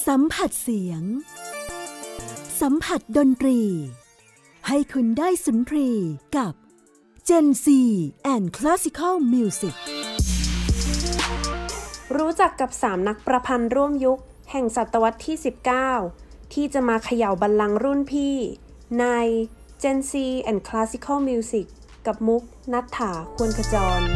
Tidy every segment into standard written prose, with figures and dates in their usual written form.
สัมผัสเสียงสัมผัสดนตรีให้คุณได้สุนทรีกับ Gen Z and Classical Music รู้จักกับ3นักประพันธ์ร่วมยุคแห่งศตวรรษที่ 19 ที่จะมาเขย่าบัลลังก์รุ่นพี่ใน Gen Z and Classical Music กับมุกณัฐฐา ควรขจร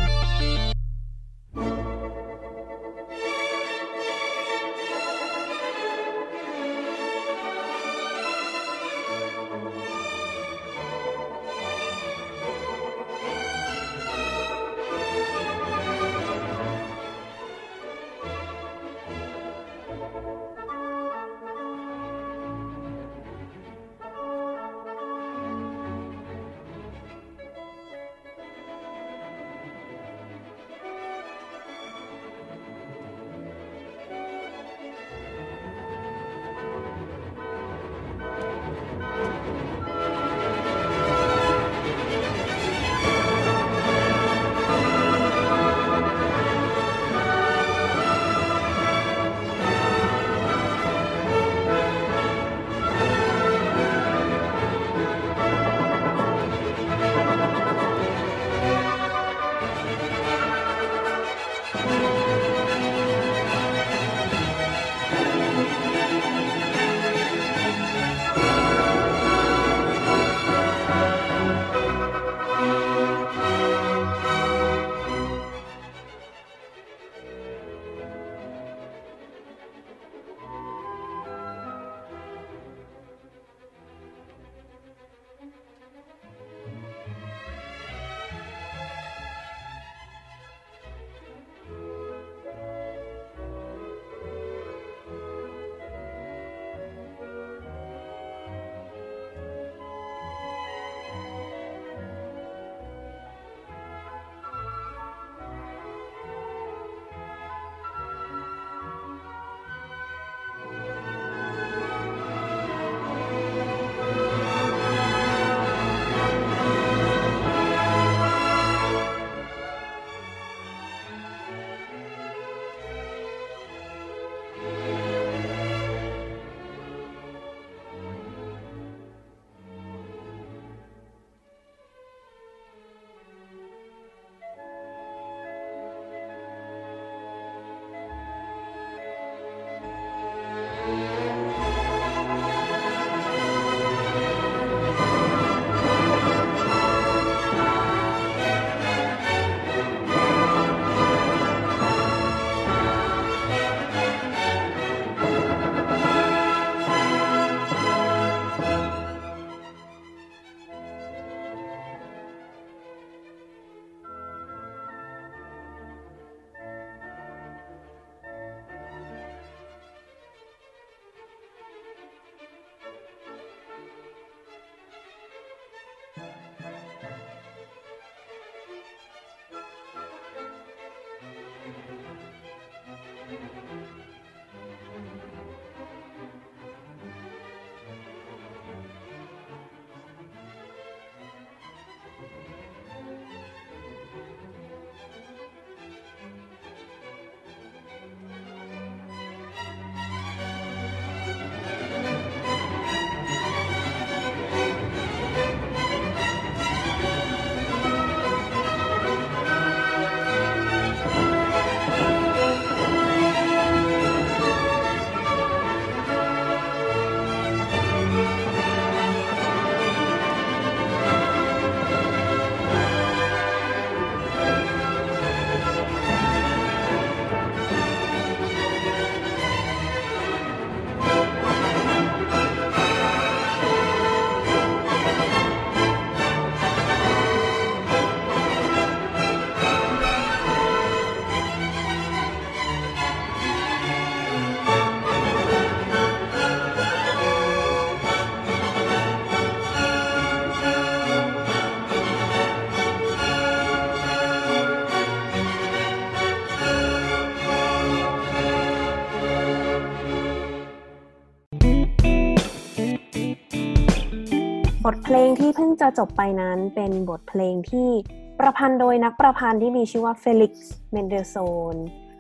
บทเพลงที่เพิ่งจะจบไปนั้นเป็นบทเพลงที่ประพันธ์โดยนักประพันธ์ที่มีชื่อว่าเฟลิกซ์ เมนเดลโซน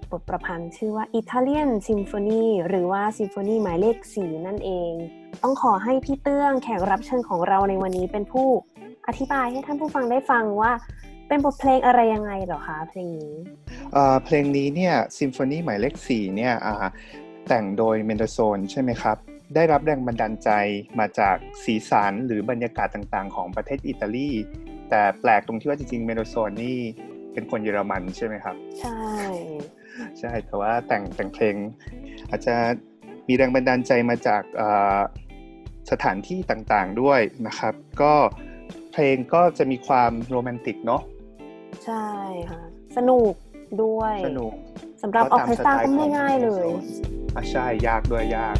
บทประพันธ์ชื่อว่า Italian Symphony หรือว่า Symphony หมายเลข 4 นั่นเองต้องขอให้พี่เตื้องแขกรับเชิญของเราในวันนี้เป็นผู้อธิบายให้ท่านผู้ฟังได้ฟังว่าเป็นบทเพลงอะไรยังไงเหรอคะเพลงนี้เพลงนี้เนี่ย Symphony หมายเลข 4 เนี่ยแต่งโดยเมนเดลโซนใช่ไหมครับได้รับแรงบันดาลใจมาจากสีสันหรือบรรยากาศต่างๆของประเทศอิตาลีแต่แปลกตรงที่ว่าจริงๆเมนเดลโซนนี่เป็นคนเยอรมันใช่ไหมครับใช่แต่ว่าแต่งเพลงอาจจะมีแรงบันดาลใจมาจากสถานที่ต่างๆด้วยนะครับก็เพลงก็จะมีความโรแมนติกเนาะใช่ค่ะสนุกด้วยสำหรับออร์เคสตราก็ไม่ง่ายเลยใช่ยากด้วยยาก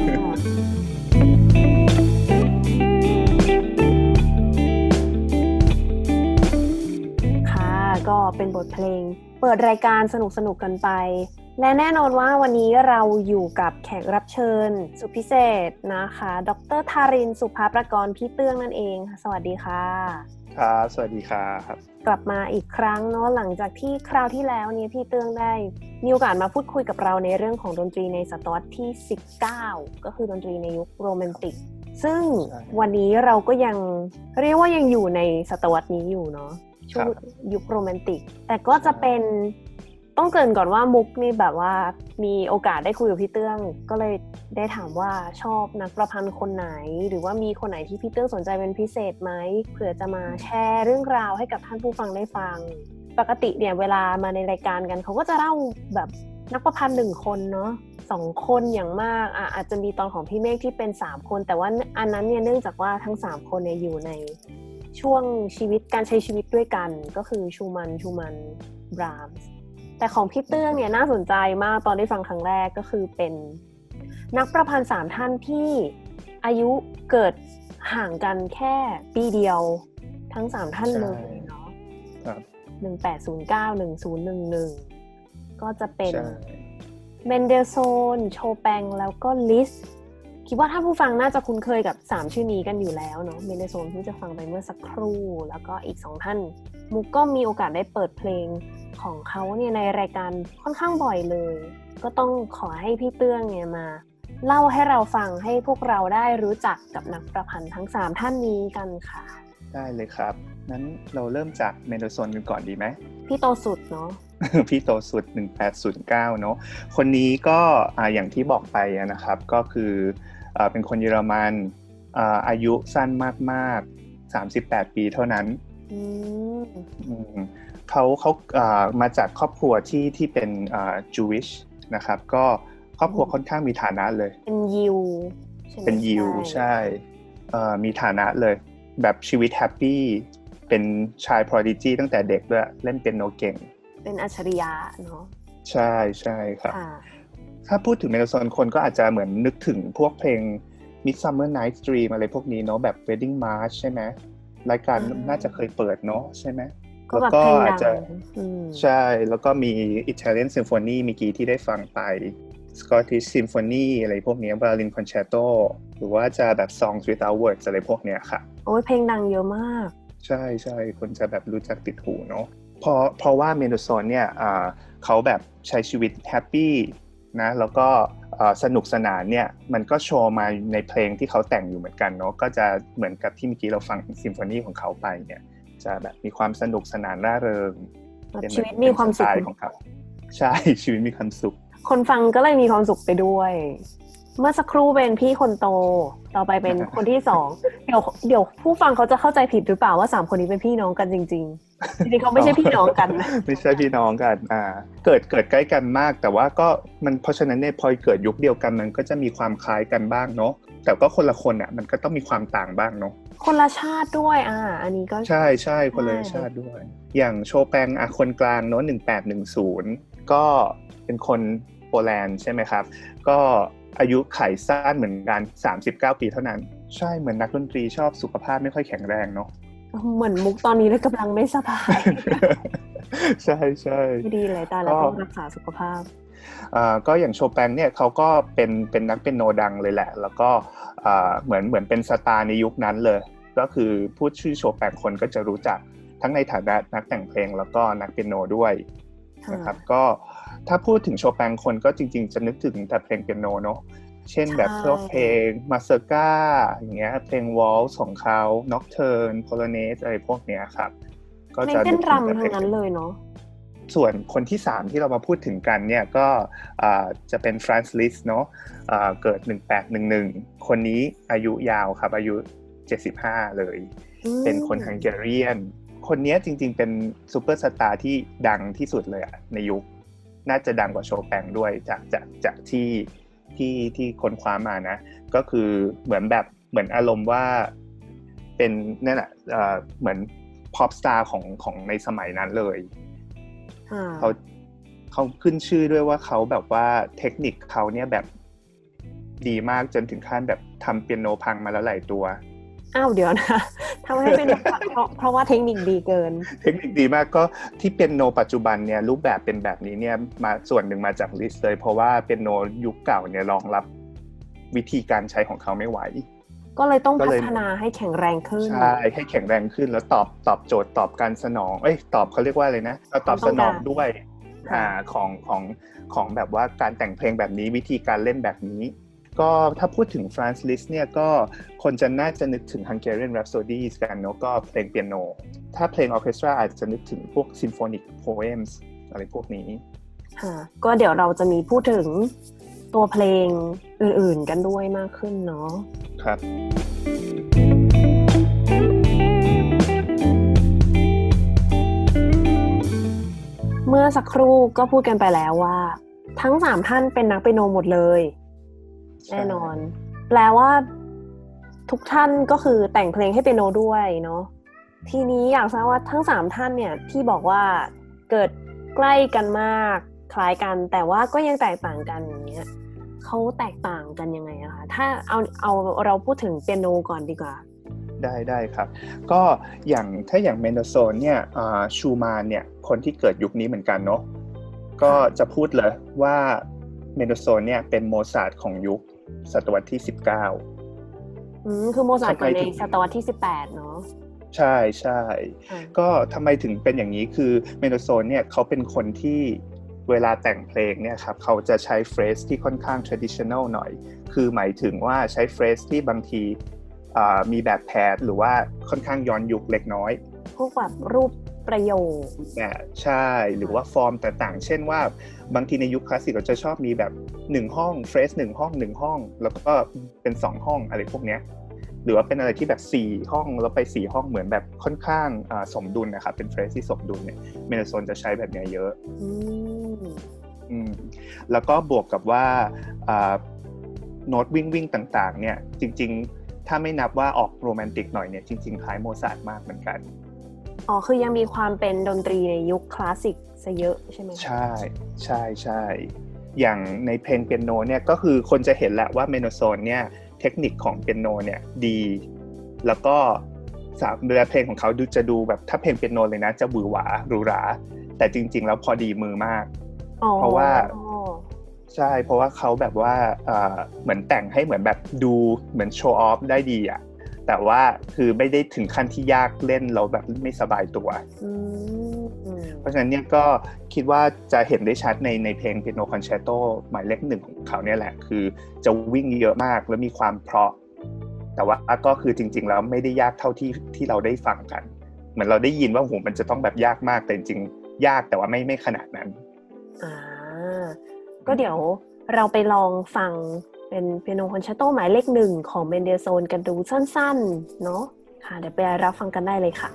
ค่ะก็เป็นบทเพลงเปิดรายการสนุกกันไปและแน่นอนว่าวันนี้เราอยู่กับแขกรับเชิญสุดพิเศษนะคะดร.ธารินทร์ สุภาประกรณ์พี่เตื้องนั่นเองสวัสดีค่ะครับสวัสดีครับกลับมาอีกครั้งเนาะหลังจากที่คราวที่แล้วเนี่ยพี่เตื้องได้มีโอกาสมาพูดคุยกับเราในเรื่องของดนตรีในศตวรรษที่19ก็คือดนตรีในยุคโรแมนติกซึ่งวันนี้เราก็ยังเรียกว่ายังอยู่ในศตวรรษนี้อยู่เนาะช่วงยุคโรแมนติกแต่ก็จะเป็นต้องเกริ่นก่อนว่ามุกนี่แบบว่ามีโอกาสได้คุยกับพี่เตื้องก็เลยได้ถามว่าชอบนักประพันธ์คนไหนหรือว่ามีคนไหนที่พี่เตื้องสนใจเป็นพิเศษไหมเผื่อจะมาแชร์เรื่องราวให้กับท่านผู้ฟังได้ฟังปกติเนี่ยเวลามาในรายการกันเขาก็จะเล่าแบบนักประพันธ์1คนเนาะ2คนอย่างมากอาจจะมีตอนของพี่เมฆที่เป็น3คนแต่ว่าอันนั้นเนี่ยเนื่องจากว่าทั้ง3คนเนี่ยอยู่ในช่วงชีวิตการใช้ชีวิตด้วยกันก็คือชูมันบรามส์แต่ของพี่เตื้องเนี่ยน่าสนใจมากตอนได้ฟังครั้งแรกก็คือเป็นนักประพันธ์3ท่านที่อายุเกิดห่างกันแค่ปีเดียวทั้ง3ท่านเลยเนาะ1809 1011ก็จะเป็นเมนเดลโซนโชแปงแล้วก็ลิสต์คิดว่าถ้าผู้ฟังน่าจะคุ้นเคยกับ3ชื่อนี้กันอยู่แล้วเนาะเมนเดลโซนที่จะฟังไปเมื่อสักครู่แล้วก็อีก2ท่านมุกก็มีโอกาสได้เปิดเพลงของเขาเนี่ยในรายการค่อนข้างบ่อยเลยก็ต้องขอให้พี่เตื้องเนี่ยมาเล่าให้เราฟังให้พวกเราได้รู้จักกับนักประพันธ์ทั้ง3ท่านนี้กันค่ะได้เลยครับงั้นเราเริ่มจากเมนเดลโซนกันก่อนดีไหมพี่โตสุดเนาะพี่โตสุด1809เนาะคนนี้ก็อย่างที่บอกไปนะครับก็คือเป็นคนเยอรมันอายุสั้นมากๆ38ปีเท่านั้นเขามาจากครอบครัวที่เป็นJewish นะครับก็ครอบครัวค่อนข้างมีฐานะเลยเป็นยิวเป็นยิวใช่มีฐานะเลยแบบชีวิตแฮปปี้เป็นชาย prodigy ตั้งแต่เด็กด้วยเล่นเปียโนเก่งเป็นอัจฉริยะเนาะใช่ครับถ้าพูดถึงเมนเดลโซนคนก็อาจจะเหมือนนึกถึงพวกเพลง Midsummer Night's Dream อะไรพวกนี้เนาะแบบ Wedding March ใช่ไหมรายการน่าจะเคยเปิดเนาะใช่ไหมแล้วก็อาจจะใช่แล้วก็มี Italian Symphony เมื่อกี้ที่ได้ฟังไป Scottish Symphony อะไรพวกนี้ Violin Concerto หรือว่าจะแบบ Songs Without Words อะไรพวกเนี้ยค่ะโอ้ยเพลงดังเยอะมากใช่คนจะแบบรู้จักติดหูเนาะเพราะว่าเมนเดลโซนเนี่ยเขาแบบใช้ชีวิตแฮปปี้นะแล้วก็สนุกสนานเนี่ยมันก็โชว์มาในเพลงที่เขาแต่งอยู่เหมือนกันเนาะก็จะเหมือนกับที่เมื่อกี้เราฟังซิมโฟนีของเขาไปเนี่ยจะแบบมีความสนุกสนานร่าเริงชีวิตมีความสุขของเขาใช่ชีวิตมีความสุขคนฟังก็เลยมีความสุขไปด้วยเมื่อสักครู่เป็นพี่คนโตต่อไปเป็นคนที่2เดี๋ยวผู้ฟังเขาจะเข้าใจผิดหรือเปล่าว่า3คนนี้เป็นพี่น้องกันจริงๆจริงๆเขาไม่ใช่พี่น้องกันไม่ใช่พี่น้องกันเกิดใกล้กันมากแต่ว่าก็มันเพราะฉะนั้นเนี่ยพอเกิดยุคเดียวกันมันก็จะมีความคล้ายกันบ้างเนาะแต่ก็คนละคนอ่ะมันก็ต้องมีความต่างบ้างเนาะคนละชาติด้วยอันนี้ก็ใช่คนละชาติด้วยอย่างโชแปงคนกลางเนาะ1810ก็เป็นคนโปแลนด์ใช่ไหมครับก็อายุไขสั้นเหมือนกัน39ปีเท่านั้นใช่เหมือนนักดนตรีชอบสุขภาพไม่ค่อยแข็งแรงเนาะเหมือนมุกตอนนี้เลยกำลังไม่สบายใช่ไม่ดีเลยตาแล้วต้องรักษาสุขภาพก็อย่างโชแปงเนี่ยเขาก็เป็นนักเปียโนดังเลยแหละแล้วก็เหมือนเป็นสตาร์ในยุคนั้นเลยก็คือพูดชื่อโชแปงคนก็จะรู้จักทั้งในฐานะนักแต่งเพลงแล้วก็นักเปียโนด้วยนะครับก็ถ้าพูดถึงโชแปงคนก็จริงๆจะนึกถึงแต่เพลงเปียโนเนาะเช่นแบบพวกเพลงมาเซอร์กาอย่างเงี้ยเพลงวอลซ์ของเขาน็อกเทิร์นโพลาเนสอะไรพวกเนี้ยครับก็จะเต้นรำทั้งนั้นเลยเนาะส่วนคนที่3ที่เรามาพูดถึงกันเนี่ยก็จะเป็นฟรานซ์ลิสเนาะเกิด1811คนนี้อายุยาวครับอายุ75เลยเป็นคนฮังการีคนนี้จริงๆเป็นซูเปอร์สตาร์ที่ดังที่สุดเลยอะในยุคน่าจะดังกว่าโชแปงด้วยจากที่ค้นคว้ามานะก็คือเหมือนอารมณ์ว่าเป็นนั่นแหละเหมือนพ็อปสตาร์ของในสมัยนั้นเลยเขาขึ้นชื่อด้วยว่าเขาแบบว่าเทคนิคเขาเนี่ยแบบดีมากจนถึงขั้นแบบทำเปียโนพังมาแล้วหลายตัวอ้าวเดี๋ยวนะทำให้เป็นเพราะว่าเทคนิคดีเกินเทคนิคดีมากก็ที่เปียโนปัจจุบันเนี่ยรูปแบบเป็นแบบนี้เนี่ยมาส่วนหนึ่งมาจากลิสต์เลยเพราะว่าเปียโนยุคเก่าเนี่ยรองรับวิธีการใช้ของเขาไม่ไหวก็เลยต้องพัฒนาให้แข็งแรงขึ้นใช่ให้แข็งแรงขึ้นแล้วตอบโจทย์ตอบการสนองตอบเขาเรียกว่าอะไรนะตอบสนองด้วยของแบบว่าการแต่งเพลงแบบนี้วิธีการเล่นแบบนี้ก็ถ้าพูดถึงฟรานซ์ลิสต์เนี่ยก็คนจะน่าจะนึกถึง Hungarian Rhapsody กันเนาะก็เพลงเปียโนถ้าเพลงออร์เคสตราอาจจะนึกถึงพวก Symphonic Poems อะไรพวกนี้ก็เดี๋ยวเราจะมีพูดถึงตัวเพลงอื่นๆกันด้วยมากขึ้นเนาะครับเมื่อสักครู่ก็พูดกันไปแล้วว่าทั้ง3ท่านเป็นนักเปียโนหมดเลยแน่นอนแปลว่าทุกท่านก็คือแต่งเพลงให้เปียโนด้วยเนาะทีนี้อยากทราบว่าทั้ง3ท่านเนี่ยที่บอกว่าเกิดใกล้กันมากคล้ายกันแต่ว่าก็ยังแตกต่างกันอย่างเงี้ยเขาแตกต่างกันยังไงอะคะถ้าเอาเราพูดถึงเปียโนก่อนดีกว่าได้ครับก็ถ้าอย่างเมนเดลโซนเนี่ยชูมานเนี่ยคนที่เกิดยุคนี้เหมือนกันเนาะก็จะพูดเลยว่าเมนเดลโซนเนี่ยเป็นโมซาร์ทของยุคศตวรรษที่19 คือโมซาร์ทเกิดในศตวรรษที่18เนาะใช่ก็ทำไมถึงเป็นอย่างนี้คือเมนเดลโซนเนี่ยเขาเป็นคนที่เวลาแต่งเพลงเนี่ยครับเขาจะใช้เฟรสที่ค่อนข้าง traditional หน่อยคือหมายถึงว่าใช้เฟรสที่บางทีมีแบบแพทหรือว่าค่อนข้างย้อนยุคเล็กน้อยพวกแบบรูปประโยคใช่หรือว่าฟอร์มต่างๆเช่นว่าบางทีในยุคคลาสสิกเราจะชอบมีแบบ1ห้องเฟรส1ห้อง1ห้องแล้วก็เป็น2ห้องอะไรพวกเนี้ยหรือว่าเป็นอะไรที่แบบ4ห้องแล้วไป4ห้องเหมือนแบบค่อนข้างสมดุลนะครับเป็นเฟรสที่สมดุลเนี่ยเมนเดลโซนจะใช้แบบนี้เยอะแล้วก็บวกกับว่าโน้ตวิ่งต่างๆเนี่ยจริงๆถ้าไม่นับว่าออกโรแมนติกหน่อยเนี่ยจริงๆคล้ายโมซาร์ทมากเหมือนกันคือยังมีความเป็นดนตรีในยุคคลาสสิกซะเยอะใช่ไหมใช่อย่างในเพลงเปียโนเนี่ยก็คือคนจะเห็นแหละว่าเมนเดลโซนเนี่ยเทคนิคของเปียโนเนี่ยดีแล้วก็เนื้อเพลงของเขาจะดูแบบถ้าเพลงเปียโนเลยนะจะหวือหวาหรูหราแต่จริงๆแล้วพอดีมือมากเพราะว่าใช่เพราะว่าเขาแบบว่าเหมือนแต่งให้เหมือนแบบดูเหมือนโชว์ออฟได้ดีอ่ะแต่ว่าคือไม่ได้ถึงขั้นที่ยากเล่นแล้วแบบไม่สบายตัวเพราะฉะนั้นเนี่ยก็คิดว่าจะเห็นได้ชัดในเพลง Piano Concerto หมายเลข1ของเขาเนี่ยแหละคือจะวิ่งเยอะมากแล้วมีความเพราะแต่ว่าก็คือจริงๆแล้วไม่ได้ยากเท่าที่เราได้ฟังกันเหมือนเราได้ยินว่าโหมันจะต้องแบบยากมากแต่จริงๆยากแต่ว่าไม่ขนาดนั้นก็เดี๋ยวเราไปลองฟังเป็นเปียโนคอนแชร์โตหมายเลข1ของเมนเดลโซนกันดูสั้นๆเนาะค่ะเดี๋ยวไปรับฟังกันได้เลยค่ะ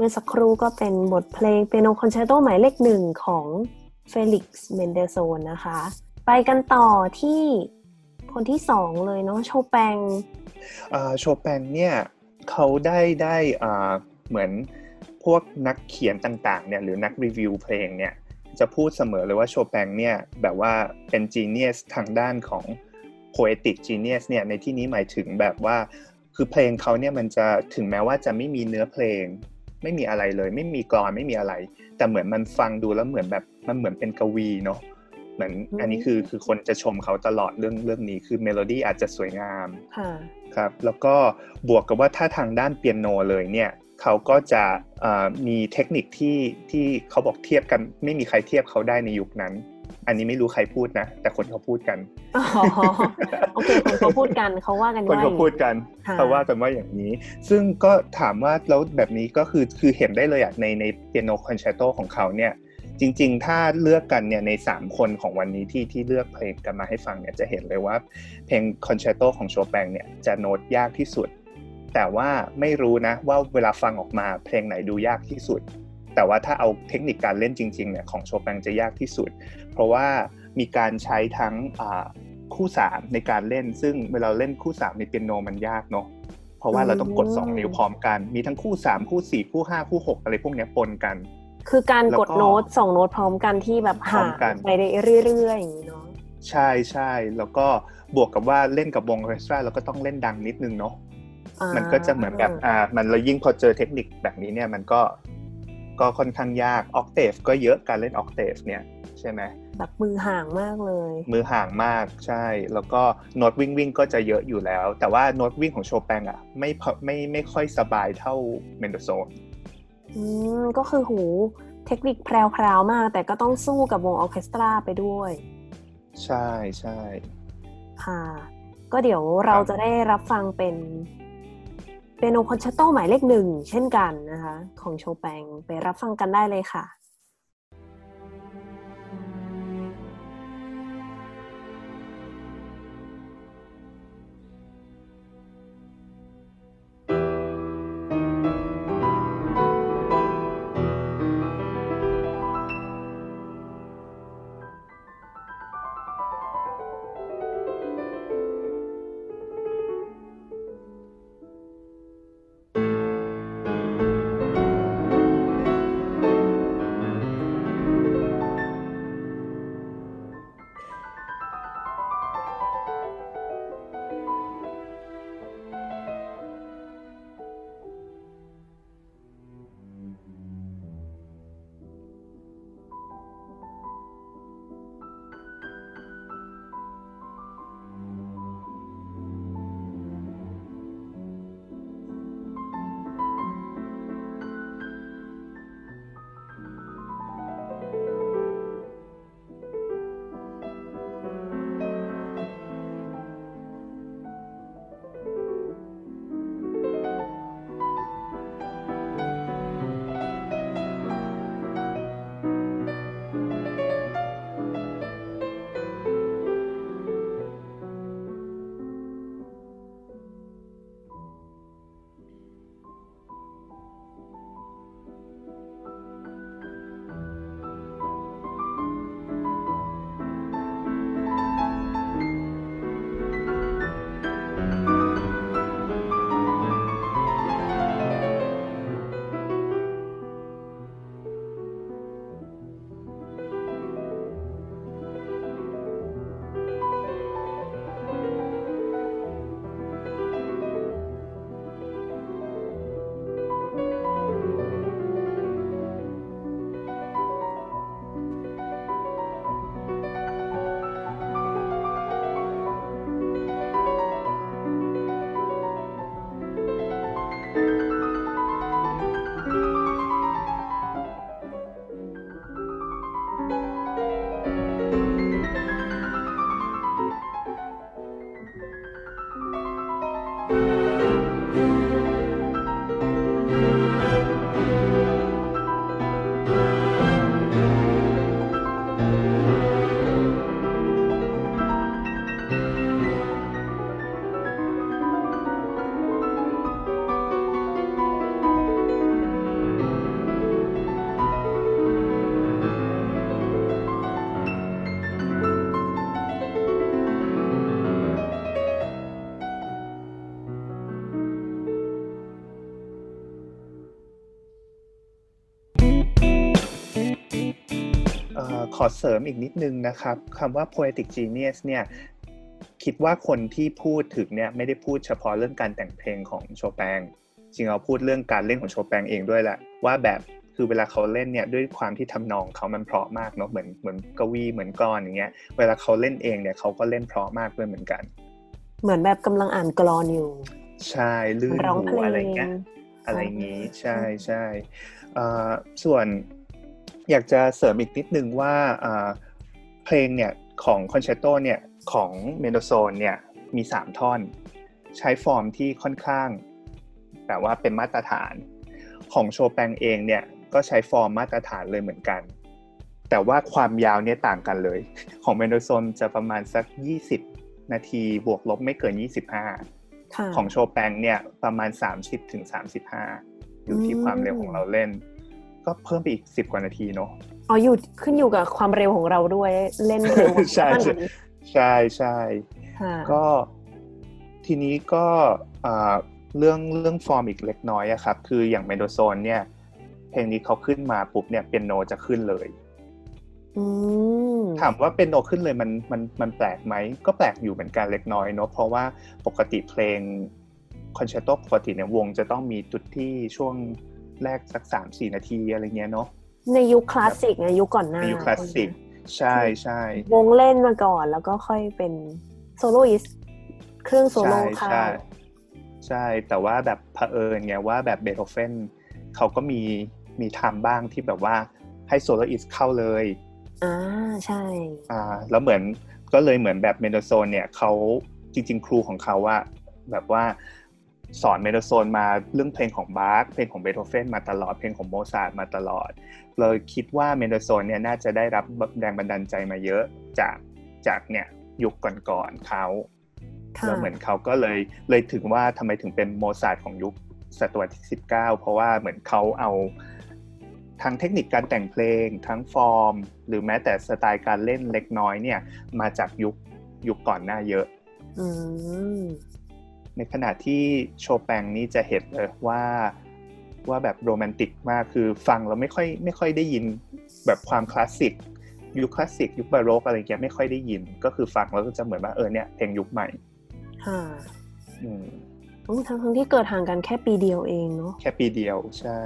มื่อสักครู่ก็เป็นบทเพลงเปียโนคอนแชร์โตหมายเลขหนึ่งของเฟลิกซ์เมนเดลโซนนะคะไปกันต่อที่คนที่สองเลยเนาะโชแปงโชแปงเนี่ยเขาได้เหมือนพวกนักเขียนต่างๆเนี่ยหรือนักรีวิวเพลงเนี่ยจะพูดเสมอเลยว่าโชแปงเนี่ยแบบว่าเป็นจีเนียสทางด้านของ poetic genius เนี่ยในที่นี้หมายถึงแบบว่าคือเพลงเขาเนี่ยมันจะถึงแม้ว่าจะไม่มีเนื้อเพลงไม่มีอะไรเลยไม่มีกลอนไม่มีอะไรแต่เหมือนมันฟังดูแล้วเหมือนแบบมันเหมือนเป็นกวีเนาะเหมือนอันนี้คือคนจะชมเขาตลอดเรื่องนี้คือเมโลดี้อาจจะสวยงามครับแล้วก็บวกกับว่าถ้าทางด้านเปียโนเลยเนี่ยเขาก็จะมีเทคนิคที่เขาบอกเทียบกันไม่มีใครเทียบเขาได้ในยุคนั้นอันนี้ไม่รู้ใครพูดนะแต่คนเขาพูดกันโอเคคนเขาพูดกันเขาว่ากันว่าคนเขาพูดกันเขาว่ากันว่าอย่างนี้ซึ่งก็ถามว่าแล้วแบบนี้ก็คือเห็นได้เลยอ่ะในเปียโนคอนแชร์โตของเขาเนี่ยจริงๆถ้าเลือกกันเนี่ยใน3คนของวันนี้ที่เลือกเพลงกันมาให้ฟังเนี่ยจะเห็นเลยว่าเพลงคอนแชร์โตของโชแปงเนี่ยจะโน้ตยากที่สุดแต่ว่าไม่รู้นะว่าเวลาฟังออกมาเพลงไหนดูยากที่สุดแต่ว่าถ้าเอาเทคนิคการเล่นจริงๆเนี่ยของโชแปงจะยากที่สุดเพราะว่ามีการใช้ทั้งคู่3ในการเล่นซึ่งเวลาเล่นคู่3ในเปียโนมันยากเนาะเพราะว่าเราต้องกด2นิ้วพร้อมกันมีทั้งคู่3คู่4คู่5คู่6อะไรพวกนี้ปนกันคือการกดโน้ต2โน้ตพร้อมกันที่แบบห่างไปได้เรื่อยๆอย่างนี้เนาะใช่ๆแล้วก็บวกกับว่าเล่นกับวงออร์เคสตราเราก็ต้องเล่นดังนิดนึงเนาะมันก็จะเหมือนแบบมันแล้วยิ่งพอเจอเทคนิคแบบนี้เนี่ยมันก็ค่อนข้างยากออกเทฟก็เยอะการเล่นออกเทฟเนี่ยใช่ไหมแบบมือห่างมากเลยมือห่างมากใช่แล้วก็โน้ตวิ่งก็จะเยอะอยู่แล้วแต่ว่าโน้ตวิ่งของโชแปงอ่ะไม่ค่อยสบายเท่าเมนเดลโซนก็คือหูเทคนิคแพรวๆมากแต่ก็ต้องสู้กับวงออร์เคสตราไปด้วยใช่ค่ะก็เดี๋ยวเราจะได้รับฟังเป็นเปียโนคอนแชร์โตหมายเลขหนึ่งเช่นกันนะคะของโชแปงไปรับฟังกันได้เลยค่ะขอเสริมอีกนิดนึงนะครับคำว่า poetic genius เนี่ยคิดว่าคนที่พูดถึงเนี่ยไม่ได้พูดเฉพาะเรื่องการแต่งเพลงของโชแปงจริงเราพูดเรื่องการเล่นของโชแปงเองด้วยแหละว่าแบบคือเวลาเขาเล่นเนี่ยด้วยความที่ทำนองเขามันเพราะมากเนาะเหมือนกวีเหมือนกลอนอย่างเงี้ยเวลาเขาเล่นเองเนี่ยเขาก็เล่นเพราะมากด้วยเหมือนกันเหมือนแบบกำลังอ่านกลอนอยู่ใช่ลื่นหูอะไรเงี้ยอะไรงี้ใช่ใช่ส่วนอยากจะเสริมอีกนิดนึงว่าเพลงเนี่ยของคอนแชร์โตเนี่ยของเมนโดโซนเนี่ยมี3ท่อนใช้ฟอร์มที่ค่อนข้างแต่ว่าเป็นมาตรฐานของโชแปงเองเนี่ยก็ใช้ฟอร์มมาตรฐานเลยเหมือนกันแต่ว่าความยาวเนี่ยต่างกันเลยของเมนโดโซนจะประมาณสัก20นาทีบวกลบไม่เกิน25ของโชแปงเนี่ยประมาณ30ถึง35อยู่ที่ความเร็วของเราเล่นก็เพิ่มไปอีก10กว่านาทีเนาะอยู่ขึ้นอยู่กับความเร็วของเราด้วยเล่นเร็วใช่ใช่ใช่ก็ทีนี้ก็เรื่องฟอร์มอีกเล็กน้อยอะครับคืออย่างเมโดโซนเนี่ยเพลงนี้เขาขึ้นมาปุ๊บเนี่ยเปียโนจะขึ้นเลยถามว่าเปียโนขึ้นเลยมันแปลกไหมก็แปลกอยู่เหมือนกันเล็กน้อยเนาะเพราะว่าปกติเพลงคอนแชร์โตปกติเนี่ยวงจะต้องมีจุดที่ช่วงแรกสัก 3-4 นาทีอะไรเงี้ยเนาะในยุคคลาสสิกในยุคก่อนหน้าในยุคคลาสสิกใช่ใช่วงเล่นมาก่อนแล้วก็ค่อยเป็นโซโลอิสเครื่องโซโล่เข้าใช่แต่ว่าแบบเผอิญไงว่าแบบเบโธเฟนเขาก็มีทำบ้างที่แบบว่าให้โซโลอิสเข้าเลยใช่แล้วเหมือนก็เลยเหมือนแบบเมนโดโซนเนี่ยเขาจริงๆครูของเขาว่าแบบว่าสอนเมโดโซนมาเรื่องเพลงของบาร์กเพลงของเบโธเฟนมาตลอดเพลงของโมซาร์ทมาตลอดเลยคิดว่าเมนโดโซนเนี่ยน่าจะได้รับแรงบันดาลใจมาเยอะจากเนี่ยยุคก่อนๆเขาแล้วเหมือนเขาก็เลยถึงว่าทำไมถึงเป็นโมซาร์ทของยุคศตวรรษที่19เพราะว่าเหมือนเขาเอาทั้งเทคนิคการแต่งเพลงทั้งฟอร์มหรือแม้แต่สไตล์การเล่นเล็กน้อยเนี่ยมาจากยุคก่อนหน้าเยอะในขณะที่โชแปงนี่จะเห็นเลยว่าแบบโรแมนติกมากคือฟังแล้วไม่ค่อยได้ยินแบบความคลาสสิกยุคคลาสสิกยุคบาโรกอะไรเงี้ยไม่ค่อยได้ยินก็คือฟังแล้วก็จะเหมือนว่าเนี่ยเพลงยุคใหม่ทั้งที่เกิดห่างกันแค่ปีเดียวเองเนาะแค่ปีเดียวใช่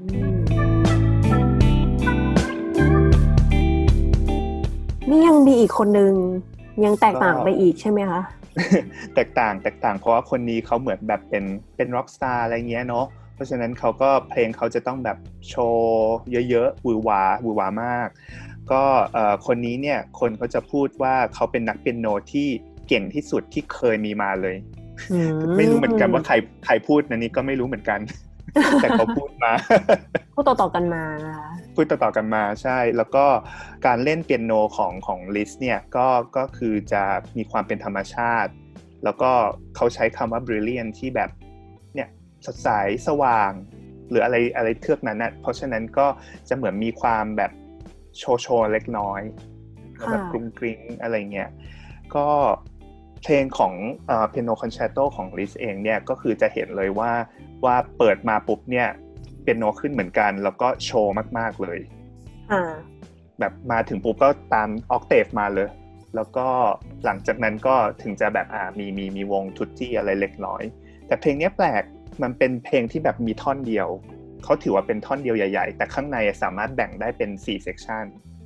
นี่ยังมีอีกคนนึงยังแตกต่างไปอีกใช่ไหมคะแตกต่างเพราะว่าคนนี้เขาเหมือนแบบเป็นร็อกสตาร์อะไรเงี้ยเนาะเพราะฉะนั้นเขาก็เพลงเขาจะต้องแบบโชว์เยอะๆหวือหวามากก็คนนี้เนี่ยคนเขาจะพูดว่าเขาเป็นนักเปียโนที่เก่งที่สุดที่เคยมีมาเลยไม่รู้เหมือนกันว่าใครพูดนะนี่ก็ไม่รู้เหมือนกันแต่เขาพูดมาพูดต่อๆกันมานะคะพูดต่อๆกันมาใช่แล้วก็การเล่นเปียโนของลิสเนี่ยก็คือจะมีความเป็นธรรมชาติแล้วก็เขาใช้คำว่า brilliant ที่แบบเนี่ยสดใสสว่างหรืออะไรเทือกนั้นนะเพราะฉะนั้นก็จะเหมือนมีความแบบโชว์เล็กน้อยแบบกรุงกริ้งอะไรเงี้ยก็เพลงของPiano Concerto ของลิสเองเนี่ยก็คือจะเห็นเลยว่าเปิดมาปุ๊บเนี่ยเปียโนขึ้นเหมือนกันแล้วก็โชว์มากๆเลยแบบมาถึงปุ๊บก็ตามออกเทฟมาเลยแล้วก็หลังจากนั้นก็ถึงจะแบบมีวงทุตตี้อะไรเล็กน้อยแต่เพลงนี้แปลกมันเป็นเพลงที่แบบมีท่อนเดียวเขาถือว่าเป็นท่อนเดียวใหญ่ๆแต่ข้างในสามารถแบ่งได้เป็น4 section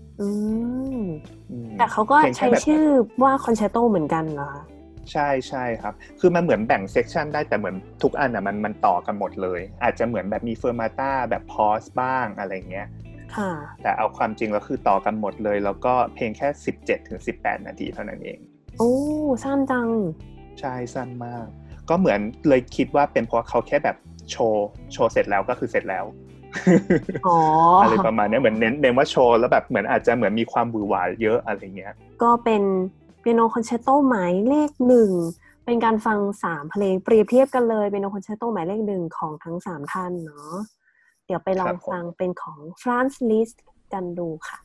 แต่เขาก็ใช้ชื่อว่าคอนแชร์โตเหมือนกันเหรอคะใช่ครับคือมันเหมือนแบ่งเซกชันได้แต่เหมือนทุกอันอ่ะมันต่อกันหมดเลยอาจจะเหมือนแบบมีเฟอร์มาต้าแบบพอสบ้างอะไรเงี้ยแต่เอาความจริงแล้วคือต่อกันหมดเลยแล้วก็เพลงแค่17-18 นาทีเท่านั้นเองโอ้สั้นจังใช่สั้นมากก็เหมือนเลยคิดว่าเป็นเพราะเขาแค่แบบโชว์เสร็จแล้วก็คือเสร็จแล้วอะไรประมาณนี้เหมือนเน้นว่าโชว์แล้วแบบเหมือนอาจจะเหมือนมีความหวือหวาเยอะอะไรเงี้ยก็เป็นเปียโนคอนแชร์โตหมายเลข1เป็นการฟัง3เพลงเปรียบเทียบกันเลยเปียโนคอนแชร์โตหมายเลข1ของทั้ง3ท่านเนาะเดี๋ยวไปลองฟังเป็นของ Franz Liszt กันดูค่ะ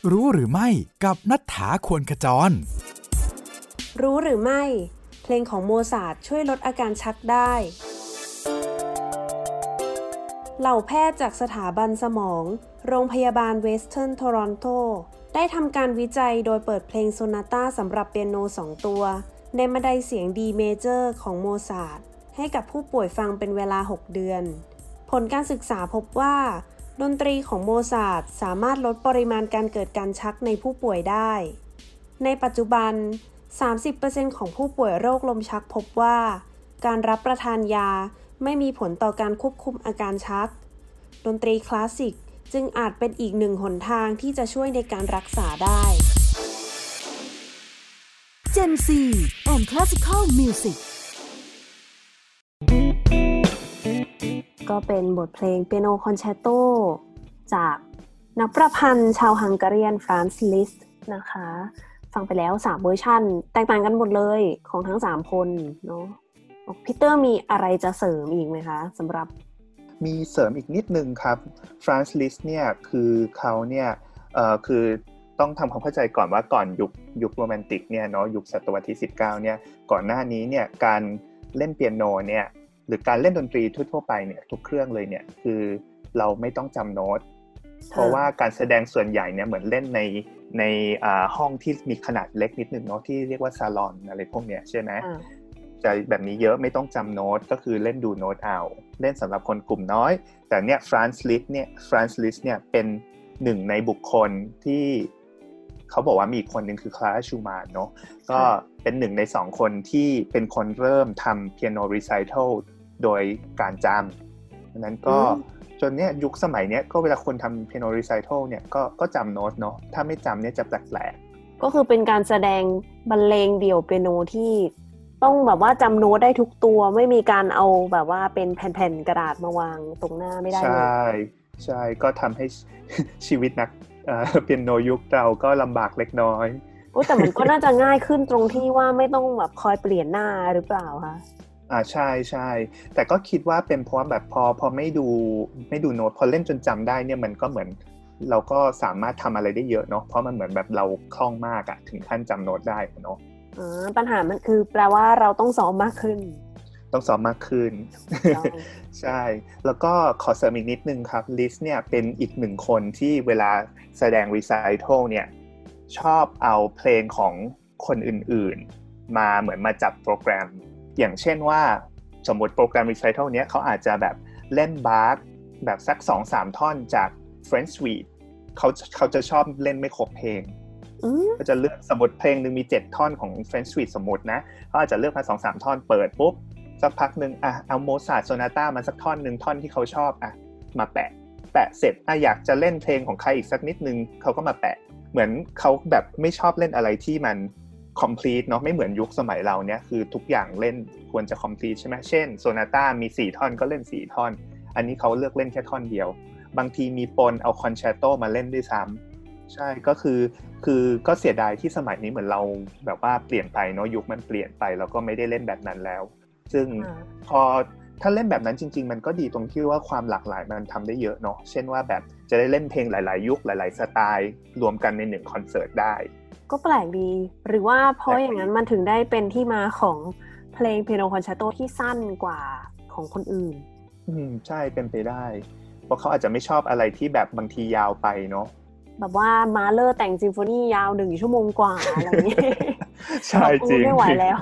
รู้หรือไม่กับณัฐฐา ควรขจรรู้หรือไม่เพลงของโมซาร์ทช่วยลดอาการชักได้เหล่าแพทย์จากสถาบันสมองโรงพยาบาลเวสเทิร์นโทรอนโตได้ทำการวิจัยโดยเปิดเพลงโซนาต้าสำหรับเปียโน2ตัวในบันไดเสียง D Major ของโมซาร์ทให้กับผู้ป่วยฟังเป็นเวลา6 เดือนผลการศึกษาพบว่าดนตรีของโมซาร์ทสามารถลดปริมาณการเกิดการชักในผู้ป่วยได้ในปัจจุบัน 30% ของผู้ป่วยโรคลมชักพบว่าการรับประทานยาไม่มีผลต่อการควบคุมอาการชักดนตรีคลาสสิกจึงอาจเป็นอีกหนึ่งหนทางที่จะช่วยในการรักษาได้ Gen Z and Classical Music ก็เป็นบทเพลงเปียโนคอนแชร์โตจากนักประพันธ์ชาวฮังการีฟรานซ์ ลิสต์นะคะฟังไปแล้ว3เวอร์ชันแตกต่างกันหมดเลยของทั้ง3คนเนาะพีเตอร์มีอะไรจะเสริมอีกไหมคะสำหรับมีเสริมอีกนิดนึงครับฟรานซ์ ลิสต์เนี่ยคือเขาเนี่ยคือต้องทำความเข้าใจก่อนว่าก่อนยุคโรแมนติกเนี่ยเนาะยุคศตวรรษที่19เนี่ยก่อนหน้านี้เนี่ยการเล่นเปียโนเนี่ยหรือการเล่นดนตรีทั่วไปเนี่ยทุกเครื่องเลยเนี่ยคือเราไม่ต้องจำโน้ตเพราะว่าการแสดงส่วนใหญ่เนี่ยเหมือนเล่นในห้องที่มีขนาดเล็กนิดนึงเนาะที่เรียกว่าซาลอนอะไรพวกเนี้ยใช่ไหมจะแบบนี้เยอะไม่ต้องจำโน้ตก็คือเล่นดูโน้ตเอาเล่นสำหรับคนกลุ่มน้อยแต่เนี่ยฟรานซ์ ลิสต์เนี่ยเป็นหนึ่งในบุคคลที่เขาบอกว่ามีคนหนึ่งคือคลาร์ชูมานเนาะก็เป็นหนึ่งใน2คนที่เป็นคนเริ่มทำเปียโนรีไซทัลโดยการจำดังนั้นก็จนเนี่ยยุคสมัยเนี้ยก็เวลาคนทำเปียโนรีไซทัลเนี่ยก็จำโน้ตเนาะถ้าไม่จำเนี่ยจะแปลกๆก็คือเป็นการแสดงบรรเลงเดี่ยวเปียโนที่ต้องแบบว่าจำโน้ตได้ทุกตัวไม่มีการเอาแบบว่าเป็นแผ่นๆกระดาษมาวางตรงหน้าไม่ได้เลยใช่ก็ทำให้ชีวิตนักเปียโนยุคเราก็ลำบากเล็กน้อยแต่มันก็น่าจะง่ายขึ้นตรงที่ว่าไม่ต้องแบบคอยเปลี่ยนหน้าหรือเปล่าคะใช่แต่ก็คิดว่าเป็นเพราะแบบพอไม่ดูโน้ตพอเล่นจนจำได้เนี่ยมันก็เหมือนเราก็สามารถทำอะไรได้เยอะเนาะเพราะมันเหมือนแบบเราคล่องมากอะถึงขั้นจำโน้ตได้เนาะปัญหามันคือแปลว่าเราต้องซ้อมมากขึ้นใช่แล้วก็ขอเสริมอีกนิดนึงครับลิสเนี่ยเป็นอีกหนึ่งคนที่เวลาแสดงรีไซทัลเนี่ยชอบเอาเพลงของคนอื่นๆมาเหมือนมาจับโปรแกรมอย่างเช่นว่าสมมติโปรแกรมรีไซทัลเนี้ยเขาอาจจะแบบเล่นบาร์กแบบสัก 2-3 ท่อนจาก French Suite เขาจะชอบเล่นไม่ครบเพลงก็จะเลือกสมมติเพลงนึงมี7ท่อนของ French Suite สมมตินะเขาอาจจะเลือกมา 2-3 ท่อนเปิดปุ๊บสักพักนึงเอาโมซาร์ทโซนาต้ามาสักท่อนนึงท่อนที่เขาชอบมาแปะเสร็จอยากจะเล่นเพลงของใครอีกสักนิดนึงเขาก็มาแปะเหมือนเขาแบบไม่ชอบเล่นอะไรที่มัน complete เนาะไม่เหมือนยุคสมัยเราเนี่ยคือทุกอย่างเล่นควรจะ complete ใช่ไหมเช่นโซนาต้ามี4ท่อนก็เล่น4ท่อนอันนี้เขาเลือกเล่นแค่ท่อนเดียวบางทีมีปนเอาคอนแชร์โตมาเล่นด้วยซ้ำใช่ก็คือก็เสียดายที่สมัยนี้เหมือนเราแบบว่าเปลี่ยนไปเนาะยุคมันเปลี่ยนไปแล้วก็ไม่ได้เล่นแบบนั้นแล้วซึ่งพอถ้าเล่นแบบนั้นจริงๆมันก็ดีตรงที่ว่าความหลากหลายมันทำได้เยอะเนาะเช่นว่าแบบจะได้เล่นเพลงหลายๆยุคหลายๆสไตล์รวมกันใน1คอนเสิร์ตได้ก็แปลกดีหรือว่าเพราะอย่างนั้นมันถึงได้เป็นที่มาของเพลงเปียโนคอนแชร์โตที่สั้นกว่าของคนอื่นใช่เป็นไปได้เพราะเขาอาจจะไม่ชอบอะไรที่แบบบางทียาวไปเนาะแบบว่ามาเลอร์แต่งซิมโฟนียาว1 ชั่วโมงกว่าอะไรอย่างนี้ใช่จริงไม่ไหวแล้ว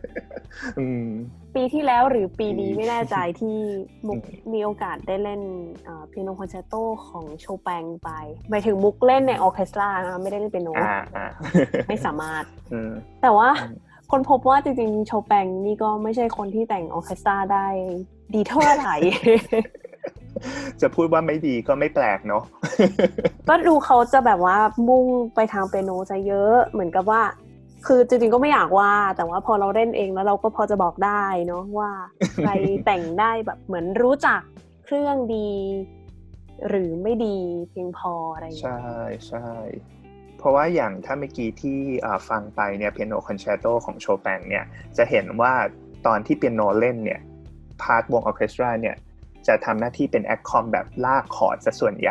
ปีที่แล้วหรือปีนี้ไม่แน่ใจที่มุกมีโอกาสได้เล่นเปียโนคอนแชร์โตของโชแปงไปหมายถึงมุกเล่นในออร์เคสตรานะไม่ได้เล่นเปียโนไม่สามารถแต่ว่าคนพบว่าจริงๆโชแปงนี่ก็ไม่ใช่คนที่แต่งออร์เคสตราได้ดีเท่าไหร่จะพูดว่าไม่ดีก็ไม่แปลกเนาะก็ดูเขาจะแบบว่ามุ่งไปทางเปียโนจะเยอะเหมือนกับว่าคือจริงๆก็ไม่อยากว่าแต่ว่าพอเราเล่นเองแล้วเราก็พอจะบอกได้เนาะว่าใครแต่งได้แบบเหมือนรู้จักเครื่องดีหรือไม่ดีเพียงพออะไรอย่างเงี้ยใช่เพราะว่าอย่างถ้าเมื่อกี้ที่ฟังไปเนี่ยเปียโนคอนแชร์โตของโชแปงเนี่ยจะเห็นว่าตอนที่เปียโนเล่นเนี่ยพาร์ทวงออร์เคสตราเนี่ยจะทำหน้าที่เป็นแอคคอมแบบลากคอร์ดซะส่วนใหญ่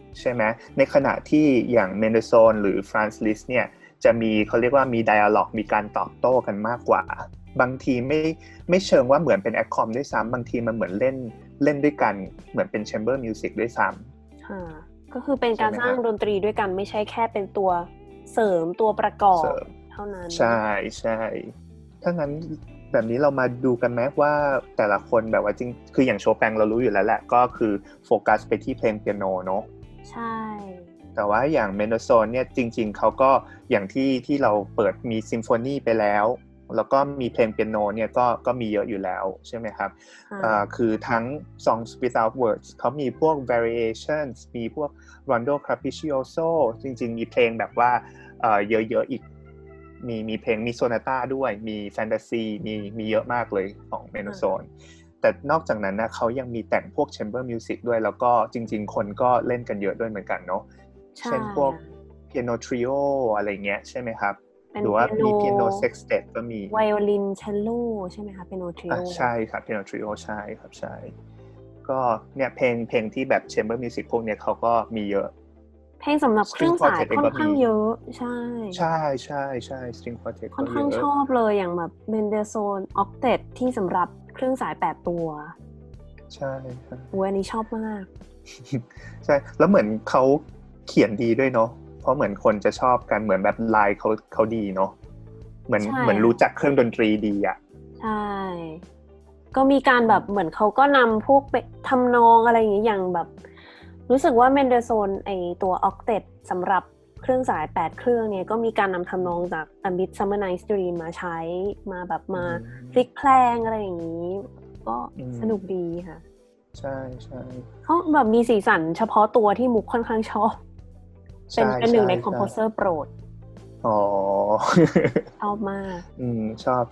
ใช่ไหมในขณะที่อย่างเมนเดลโซนหรือฟรานซ์ลิสต์เนี่ยจะมีเขาเรียกว่ามีไดอะล็อกมีการตอบโต้กันมากกว่าบางทีไม่เชิงว่าเหมือนเป็นแอคคอมด้วยซ้ำบางทีมันเหมือนเล่นด้วยกันเหมือนเป็นแชมเบอร์มิวสิกด้วยซ้ำก็คือเป็นการสร้างดนตรีด้วยกันไม่ใช่แค่เป็นตัวเสริมตัวประกอบเท่านั้นใช่ใช่ถ้างั้นแบบนี้เรามาดูกันไหมว่าแต่ละคนแบบว่าจริงคืออย่างโชแปงเรารู้อยู่แล้วแหละก็คือโฟกัสไปที่เพลงเปียโนเนาะใช่แต่ว่าอย่างเมนเดลโซนเนี่ยจริงๆเขาก็อย่างที่เราเปิดมีซิมโฟนีไปแล้วก็มีเพลงเปียโนเนี่ยก็มีเยอะอยู่แล้วใช่ไหมครับคือทั้ง Songs Without Words เขามีพวก Variations มีพวก Rondo Capriccioso จริงๆมีเพลงแบบว่าเยอะๆอีกมีเพลงมีโซนาต้าด้วยมีแฟนตาซีมีเยอะมากเลยของเมนเดลโซนแต่นอกจากนั้นนะเขายังมีแต่งพวก Chamber Music ด้วยแล้วก็จริงๆคนก็เล่นกันเยอะด้วยเหมือนกันเนาะเช่นพวก Piano Trio อะไรเงี้ยใช่ไหมครับหรือว่ามี Piano Sextet ก็มีไวโอลินเชลโลใช่ไหมคะ Piano Trio ใช่ครับ Piano Trio ใช่ครับใช่ก็เนี่ยเพลงที่แบบ Chamber Music พวกเนี้ยเขาก็มีเยอะเพลงสำหรับเครื่องสายค่อนข้างเยอะใช่ใช่ใช่ใช่ String Quartet ค่อนข้างชอบเลยอย่างแบบ Mendelssohn Octet ที่สำหรับเครื่องสาย8ตัวใช่อันนี้ชอบมากใช่แล้วเหมือนเขาเขียนดีด้วยเนาะเพราะเหมือนคนจะชอบกันเหมือนแบบลายเขาดีเนาะเหมือนรู้จักเครื่องดนตรีดีอ่ะใช่ก็มีการแบบเหมือนเขาก็นำพวกทำนองอะไรอย่างเงี้ยอย่างแบบรู้สึกว่าเมนเดลโซนไอตัวออกเต็ดสำหรับเครื่องสาย8เครื่องเนี่ยก็มีการนำทำนองจาก A Midsummer Night's Dream มาใช้มาแบบมาพลิกแพลงอะไรอย่างนี้ก็สนุกดีค่ะใช่ใช่เขาแบบมีสีสันเฉพาะตัวที่มุกค่อนข้างชอบเป็นหนึ่งในคอมโพเซอร์โปรดอ๋อชอบมากชอบ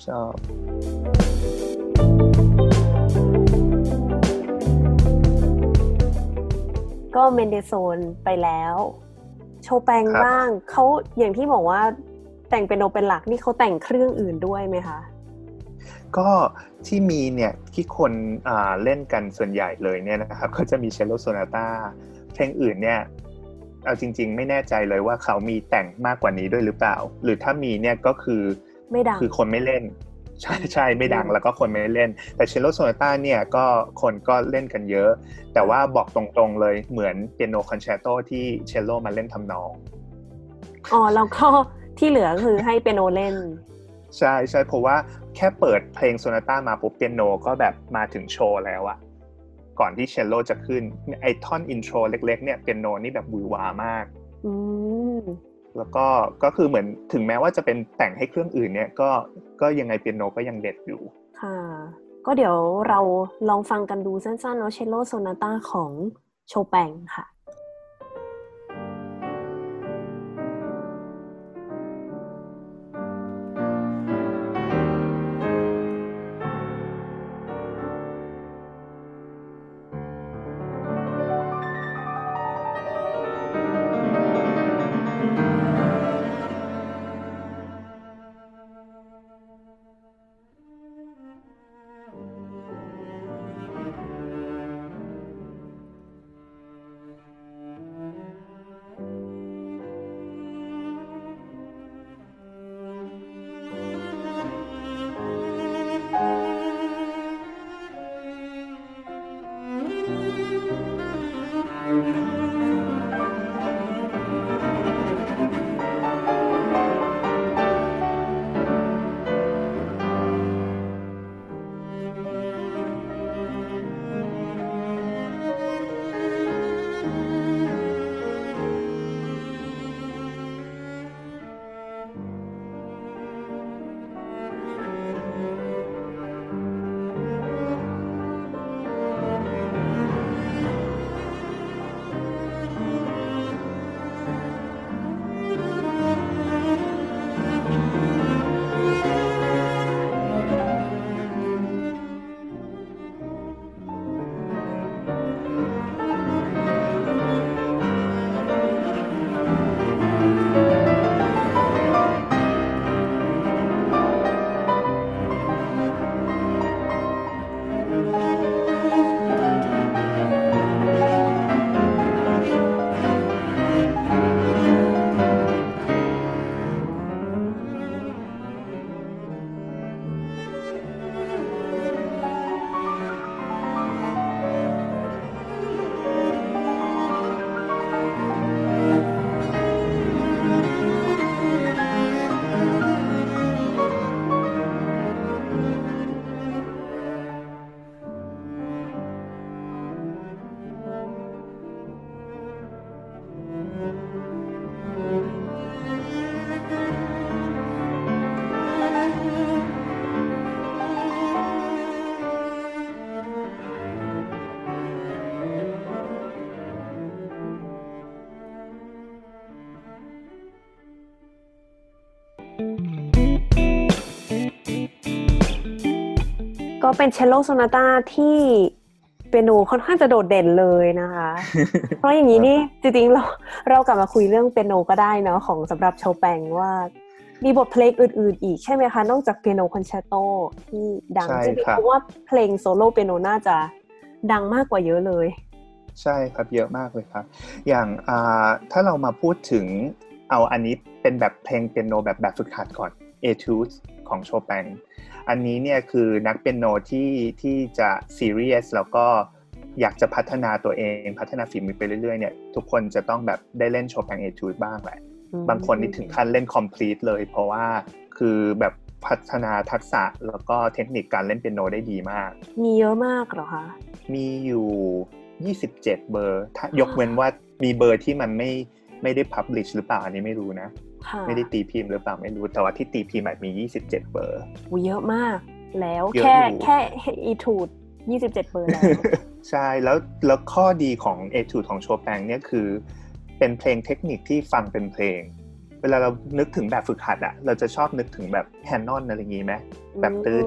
ก็เมนเดลโซนไปแล้วโชแปงบ้างเขาอย่างที่บอกว่าแต่งเป็นโนเป็นหลักนี่เขาแต่งเครื่องอื่นด้วยไหมคะก็ที่มีเนี่ยที่คนเล่นกันส่วนใหญ่เลยเนี่ยนะครับก็จะมีเชลโลโซนาต้าเพลงอื่นเนี่ยเอาจริงๆไม่แน่ใจเลยว่าเขามีแต่งมากกว่านี้ด้วยหรือเปล่าหรือถ้ามีเนี่ยก็คือไม่ดังคือคนไม่เล่นใช่ไม่ดังแล้วก็คนไม่เล่นแต่เชลโลโซนาต้าเนี่ยก็คนก็เล่นกันเยอะแต่ว่าบอกตรงๆเลยเหมือนเปียโนคอนแชร์โตที่เชลโลมาเล่นทำนองแล้วก็ที่เหลือคือให้เปียโนเล่นใช่เพราะว่าแค่เปิดเพลงโซนาต้ามาปุ๊บเปียโนก็แบบมาถึงโชว์แล้วอะก่อนที่เชลโลจะขึ้นไอ้ท่อนอินโทรเล็กๆเนี่ยเปียโนนี่แบบหวือหวามากแล้วก็คือเหมือนถึงแม้ว่าจะเป็นแต่งให้เครื่องอื่นเนี่ยก็ยังไงเปียโนก็ยังเด็ดอยู่ค่ะก็เดี๋ยวเราลองฟังกันดูสั้นๆเนาะเชลโลโซนาต้าของโชแปงค่ะก็เป็นเชลโลโซนาต้าที่เปียโนค่อนข้างจะโดดเด่นเลยนะคะ เพราะอย่างนี้นี่จริงๆเรากลับมาคุยเรื่องเปียโนก็ได้เนาะของสำหรับโชแปงว่ามีบทเพลงอื่นๆอีกใช่ไหมคะนอกจากเปียโนคอนแชร์โตที่ดังจริงๆเพราะว่าเพลงโซโล่เปียโนน่าจะดังมากกว่าเยอะเลยใช่ครับเยอะมากเลยครับอย่างถ้าเรามาพูดถึงเอาอันนี้เป็นแบบเพลงเปียโนแบบฝึกหัดก่อน Etudes ของโชแปงอันนี้เนี่ยคือนักเปียโนที่จะซีเรียสแล้วก็อยากจะพัฒนาตัวเองพัฒนาฝีมือไปเรื่อยๆเนี่ยทุกคนจะต้องแบบได้เล่นโชแปง Etudes บ้างแหละบางคนนี่ถึงขั้นเล่น complete เลยเพราะว่าคือแบบพัฒนาทักษะแล้วก็เทคนิคการเล่นเปียโนได้ดีมากมีเยอะมากเหรอคะมีอยู่27เบอร์ถ้ายกเว้นว่ามีเบอร์ที่มันไม่ได้ publish หรือเปล่าอันนี้ไม่รู้นะไม่ได้ตีพิมพ์หรือเปล่าไม่รู้แต่ว่าที่ตีพิมพ์มี27เบอร์เยอะมากแล้วแค่ Etude 27เบอร์แล้วใช่แล้วข้อดีของ Etude ของโชแปงเนี่ยคือเป็นเพลงเทคนิคที่ฟังเป็นเพลงเวลาเรานึกถึงแบบฝึกหัดอะเราจะชอบนึกถึงแบบแฮนนอนอะไรอย่างงี้ไหมแบบตื้อ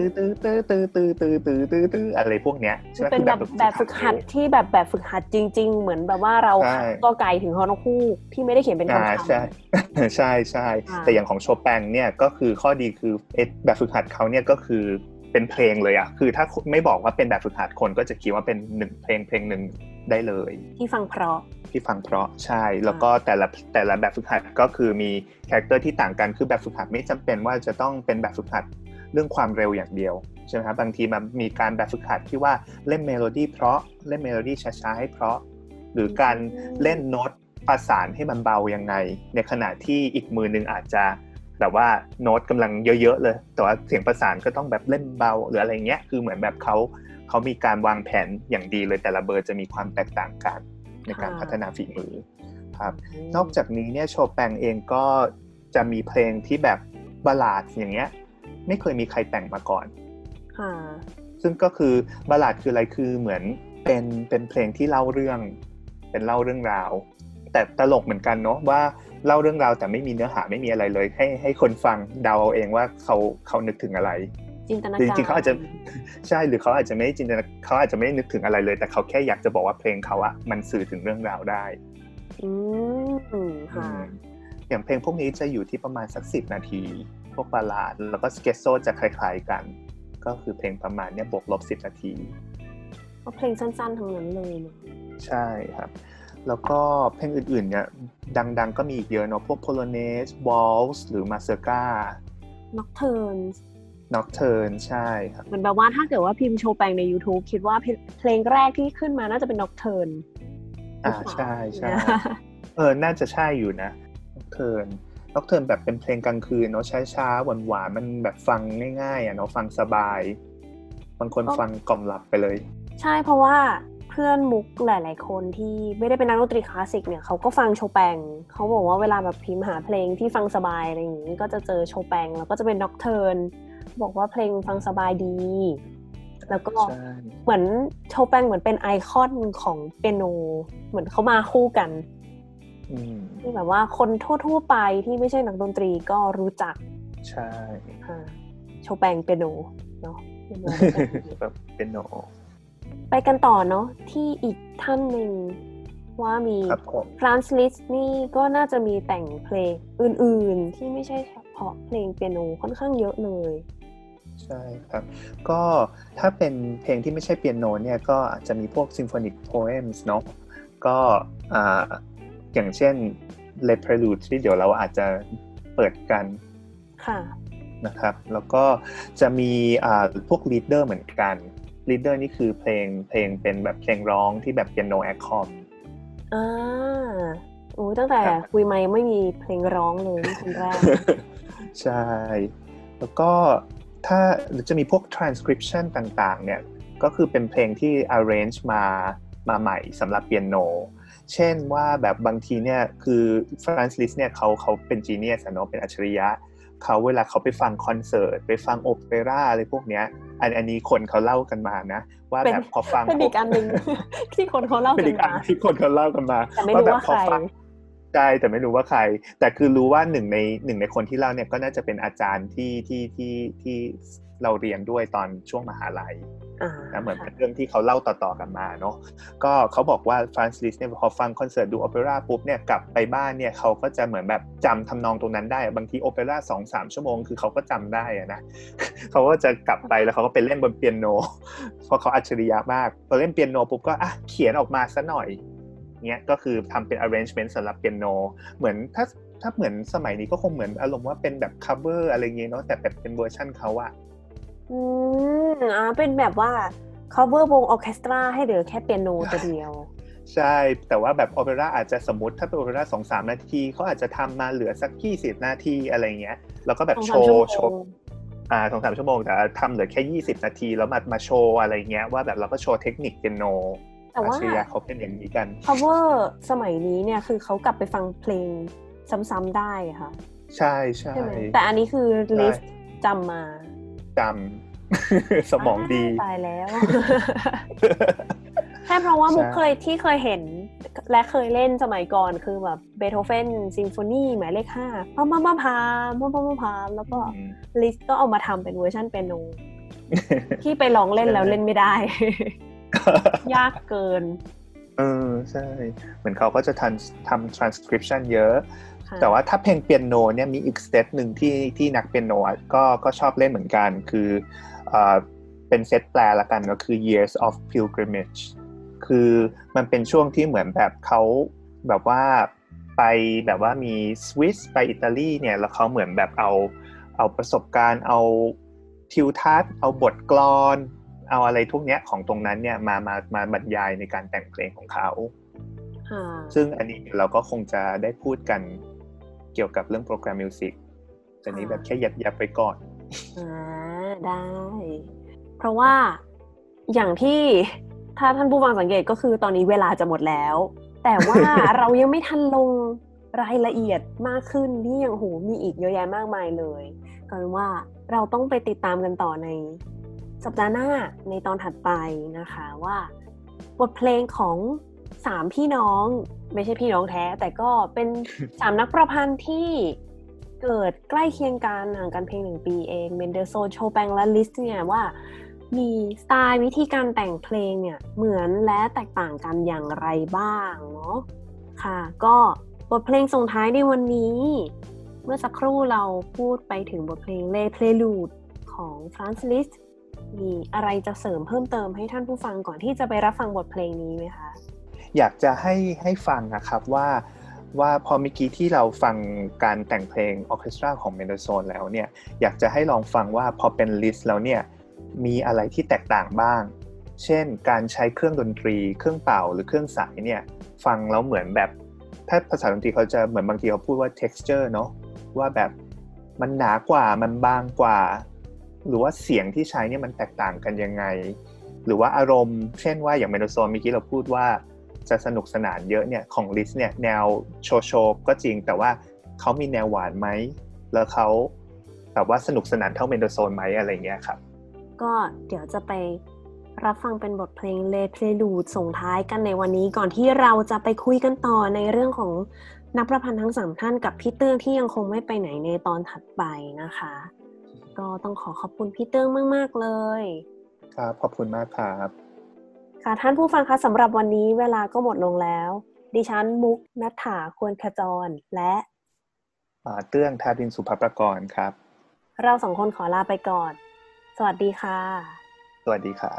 อะไรพวกเนี้ยใช่ไหมเป็นแบบฝึกหัดที่แบบฝึกหัดจริงๆเหมือนแบบว่าเราก็ไกลถึงฮอนอคู่ที่ไม่ได้เขียนเป็นคำใช่ใช่แต่อย่างของโชแปงเนี่ยก็คือข้อดีคือแบบฝึกหัดเขาเนี่ยก็คือเป็นเพลงเลยอะคือถ้าไม่บอกว่าเป็นแบบฝึกหัดคนก็จะคิดว่าเป็น1เพลงนึงได้เลยที่ฟังเพราะใช่แล้วก็แต่ละแบบฝึกหัดก็คือมีคาแรคเตอร์ที่ต่างกันคือแบบฝึกหัดไม่จำเป็นว่าจะต้องเป็นแบบฝึกหัดเรื่องความเร็วอย่างเดียวใช่ไหมครับบางทีมันมีการแบบฝึกหัดที่ว่าเล่นเมโลดี้เพราะเล่นเมโลดี้ช้าๆให้เพราะหรือการเล่นโน้ตประสานให้มันเบายังไงในขณะที่อีกมือนึงอาจจะแบบว่าโน้ตกำลังเยอะๆเลยแต่ว่าเสียงประสานก็ต้องแบบเล่นเบาหรืออะไรเงี้ยคือเหมือนแบบเขามีการวางแผนอย่างดีเลยแต่ละเบอร์จะมีความแตกต่างกันในการพัฒนาฝีมือครับนอกจากนี้เนี่ยโชแปงเองก็จะมีเพลงที่แบบบัลลาดอย่างเงี้ยไม่เคยมีใครแต่งมาก่อนซึ่งก็คือบัลลาดคืออะไรคือเหมือนเป็นเพลงที่เล่าเรื่องราวแต่ตลกเหมือนกันเนาะว่าเล่าเรื่องราวแต่ไม่มีเนื้อหาไม่มีอะไรเลยให้คนฟังเดาเอาเองว่าเขานึกถึงอะไรจินตนาการจริงๆเขาอาจจะใช่หรือเขาอาจจะไม่จินตนาเขาอาจจะไม่นึกถึงอะไรเลยแต่เขาแค่อยากจะบอกว่าเพลงเขาอะมันสื่อถึงเรื่องราวได้ค่ะอย่างเพลงพวกนี้จะอยู่ที่ประมาณสัก10นาทีพวกบัลลาดแล้วก็สเกซโซจะคล้ายๆกันก็คือเพลงประมาณเนี้ยบวกลบ10นาทีก็เพลงสั้นๆทั้งนั้นเลยใช่ครับแล้วก็เพลงอื่นๆเนี่ยดังๆก็มีอีกเยอะเนาะพวก Polonaise Waltz หรือ Mazurka Nocturne ใช่ครับเหมือนแบบว่าถ้าเกิดว่าพิมพ์โชแปงใน YouTube คิดว่าเพลงแรกที่ขึ้นมาน่าจะเป็น Nocturne ใช่น่าจะใช่อยู่นะ Nocturne แบบเป็นเพลงกลางคืนเนาะช้าๆหวานๆมันแบบฟังง่ายๆอ่ะเนาะฟังสบายบางคนฟังกล่อมหลับไปเลยใช่เพราะว่าเพื่อนมุกหลายๆคนที่ไม่ได้เป็นนักดนตรีคลาสสิกเนี่ยเขาก็ฟังโชแปงเขาบอกว่าเวลาแบบพิมพ์หาเพลงที่ฟังสบายอะไรอย่างนี้ก็จะเจอโชแปงแล้วก็จะเป็น Nocturne บอกว่าเพลงฟังสบายดีแล้วก็เหมือนโชแปงเหมือนเป็นไอคอนของเปียโนเหมือนเขามาคู่กันที่แบบว่าคนทั่วๆไปที่ไม่ใช่นักดนตรีก็รู้จักใช่โชแปงเปียโนเนาะแบบเปียโนไปกันต่อเนาะที่อีกท่านหนึ่งว่ามีฟรานซ์ลิสต์นี่ก็น่าจะมีแต่งเพลงอื่นๆที่ไม่ใช่เฉพาะเพลงเปียโนค่อนข้างเยอะเลยใช่ครับก็ถ้าเป็นเพลงที่ไม่ใช่เปียโนเนี่ยก็อาจจะมีพวก symphonic poems เนาะก็อย่างเช่น Le Prelude ที่เดี๋ยวเราอาจจะเปิดกันค่ะนะครับแล้วก็จะมีพวก leader เหมือนกันleader นี่คือเพลงเป็นแบบเพลงร้องที่แบบเปียโนแอคคอมตั้งแต่คุยมายังไม่มีเพลงร้องเลยคนแรกใช่แล้วก็ถ้าจะมีพวก transcription ต่างๆเนี่ยก็คือเป็นเพลงที่ arrange มาใหม่สำหรับเปียโนเช่นว่าแบบบางทีเนี่ยคือ Franz Liszt เนี่ยเขาเป็น genius เนาะเป็นอัจฉริยะเขาเวลาเขาไปฟังคอนเสิร์ตไปฟังโอเปร่าอะไรพวกเนี้ยอันนี้คนเขาเล่ากันมานะว่าแบบพอฟังเป็นอีกอันนึงที่คนเขาเล่ากันมาว่าแบบพอฟังใช่แต่ไม่รู้ว่าใครแต่คือรู้ว่าหนึ่งในคนที่เล่าเนี่ยก็น่าจะเป็นอาจารย์ที่เราเรียนด้วยตอนช่วงมหาลัยนะเหมือนเป็นเรื่องที่เขาเล่าต่อๆกันมาเนาะก็เขาบอกว่าฟรานซ์ลิสต์เนี่ยพอฟังคอนเสิร์ตดูโอเปร่าปุ๊บเนี่ยกลับไปบ้านเนี่ยเขาก็จะเหมือนแบบจำทำนองตรงนั้นได้บางทีโอเปร่า 2-3 ชั่วโมงคือเขาก็จำได้อะนะเขาก็จะกลับไปแล้วเขาก็ไปเล่นบนเปียโนเพราะเขาอัจฉริยะมากพอเล่นเปียโนปุ๊บก็เขียนออกมาซะหน่อยเนี้ยก็คือทำเป็น arrangement สำหรับเปียโนเหมือนถ้าเหมือนสมัยนี้ก็คงเหมือนอารมณ์ว่าเป็นแบบ cover อะไรเงี้ยเนาะแต่แบบเป็นเวอร์ชั่นเขาอะเป็นแบบว่า cover วงออร์เคสตราให้เหลือแค่เปียโนตัวเดียวใช่แต่ว่าแบบโอเปร่าอาจจะสมมติถ้าเป็นโอเปร่า 2-3 นาทีเขาอาจจะทำมาเหลือสัก20 นาทีอะไรเงี้ยแล้วก็แบบโชว์2-3 ชั่วโมงแต่ทำเหลือแค่20 นาทีแล้วมาโชว์อะไรเงี้ยว่าแบบเราก็โชว์เทคนิคเปียโนแต่ว่าเขาเป็นอย่างนี้กัน cover สมัยนี้เนี่ยคือเขากลับไปฟังเพลงซ้ำๆได้ค่ะใช่ใช่แต่อันนี้คือลิสต์จำมาจำ สมองดีตายแล้วแค่เพราะว่ามุกเคยเห็นและเคยเล่นสมัยก่อนคือแบบเบโธเฟนซิมโฟนีหมายเลข5พามแล้วก็ลิสต์ก็เอามาทำเป็นเวอร์ชันเปียโนที่ไปลองเล่นแล้วเล่นไม่ได้ ยากเกินใช่เหมือนเขาก็จะทำ transcription เยอะแต่ว่าถ้าเพลงเปียโนเนี่ยมีอีกสเตปหนึ่งที่นักเปียโนก็ชอบเล่นเหมือนกันคือเป็นเซตแปลละกันก็คือ Years of Pilgrimage คือมันเป็นช่วงที่เหมือนแบบเขาแบบว่าไปแบบว่ามีสวิสไปอิตาลีเนี่ยแล้วเขาเหมือนแบบเอาประสบการณ์เอาทิวทัศน์เอาบทกลอนเอาอะไรพวกเนี้ยของตรงนั้นเนี่ยมาบรรยายในการแต่งเพลงของเขาซึ่งอันนี้เราก็คงจะได้พูดกันเกี่ยวกับเรื่องโปรแกรมมิวสิกแต่นี้แบบแค่ยับไปก่อนได้เพราะว่าอย่างที่ถ้าท่านผู้ฟังสังเกตก็คือตอนนี้เวลาจะหมดแล้วแต่ว่าเรายังไม่ทันลงรายละเอียดมากขึ้นที่ยังมีอีกเยอะแยะมากมายเลยก็เป็นว่าเราต้องไปติดตามกันต่อในสัปดาห์หน้าในตอนถัดไปนะคะว่าบทเพลงของ3พี่น้องไม่ใช่พี่น้องแท้แต่ก็เป็น3นักประพันธ์ที่เกิดใกล้เคียงกันห่างกันเพียง1 ปีเองเมนเดลโซนโชแปงและลิสต์เนี่ยว่ามีสไตล์วิธีการแต่งเพลงเนี่ยเหมือนและแตกต่างกันอย่างไรบ้างเนาะค่ะก็บทเพลงส่งท้ายในวันนี้เมื่อสักครู่เราพูดไปถึงบทเพลง Le Prélude ของ Franz Liszt มีอะไรจะเสริมเพิ่มเติมให้ท่านผู้ฟังก่อนที่จะไปรับฟังบทเพลงนี้ไหมคะอยากจะให้ฟังนะครับว่าพอเมื่อกี้ที่เราฟังการแต่งเพลงออร์เคสตราของเมนเดลโซนแล้วเนี่ยอยากจะให้ลองฟังว่าพอเป็นลิสต์แล้วเนี่ยมีอะไรที่แตกต่างบ้างเช่นการใช้เครื่องดนตรีเครื่องเป่าหรือเครื่องสายเนี่ยฟังแล้วเหมือนแบบถ้าภาษาดนตรีเขาจะเหมือนบางทีเขาพูดว่า texture เนาะว่าแบบมันหนากว่ามันบางกว่าหรือว่าเสียงที่ใช้เนี่ยมันแตกต่างกันยังไงหรือว่าอารมณ์เช่นว่าอย่างเมนเดลโซนเมื่อกี้เราพูดว่าจะสนุกสนานเยอะเนี่ยของลิสเนี่ยแนวโชว์ก็จริงแต่ว่าเขามีแนวหวานไหมแล้วเขาแบบว่าสนุกสนานเท่าเมนเดลโซนไหมอะไรเงี้ยครับก็เดี๋ยวจะไปรับฟังเป็นบทเพลง Le Prélude ส่งท้ายกันในวันนี้ก่อนที่เราจะไปคุยกันต่อในเรื่องของนักประพันธ์ทั้ง3ท่านกับพี่เตื้องที่ยังคงไม่ไปไหนในตอนถัดไปนะคะก็ต้องขอบคุณพี่เตื้องมากๆเลยครับขอบคุณมากครับค่ะท่านผู้ฟังคะสำหรับวันนี้เวลาก็หมดลงแล้วดิฉันมุกณัฐฐาควรขจรและเตื้องธารินทร์สุภประกรณ์ครับเรา2 คนขอลาไปก่อนสวัสดีค่ะสวัสดีครับ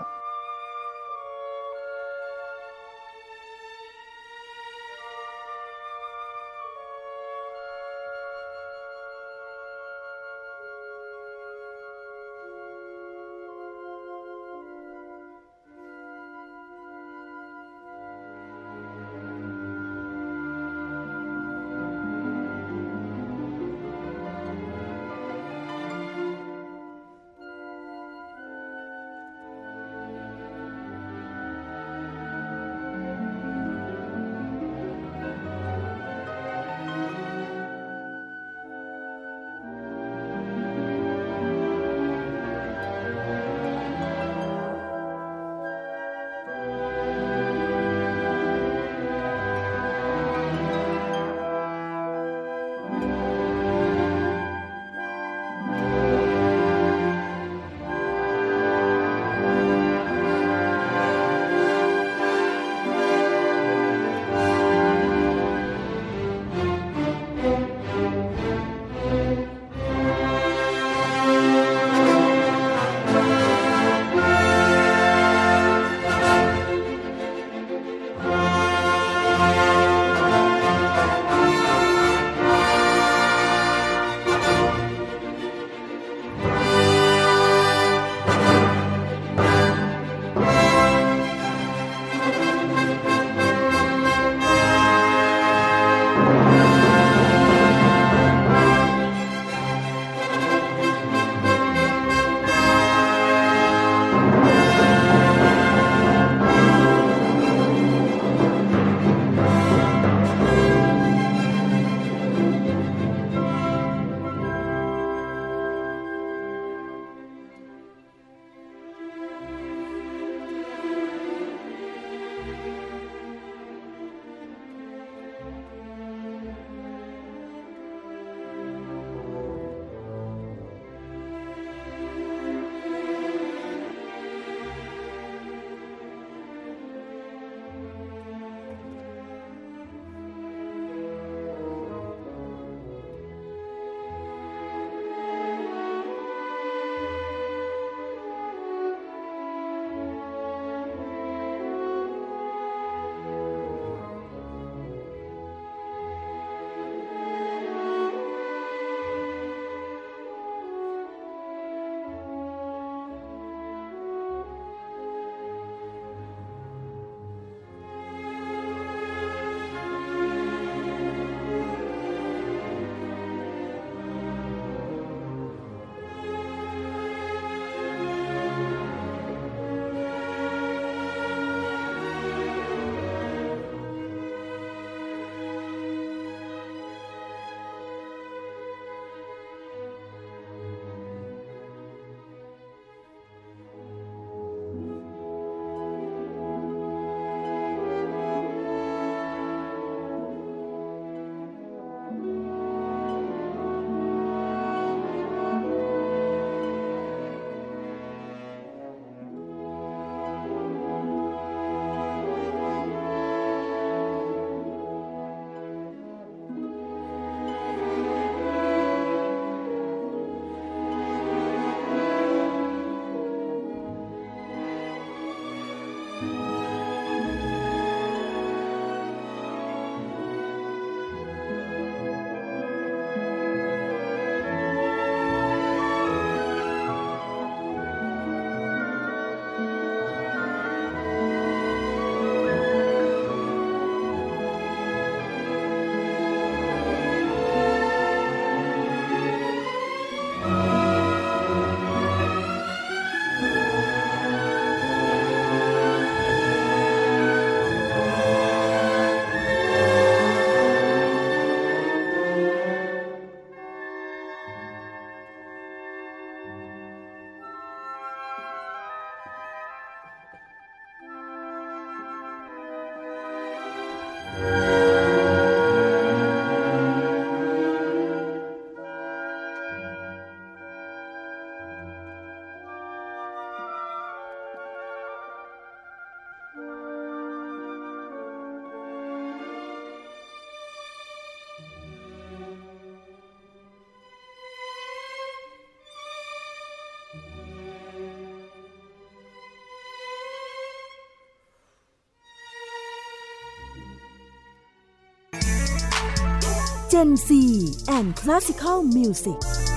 Gen Z and Classical Music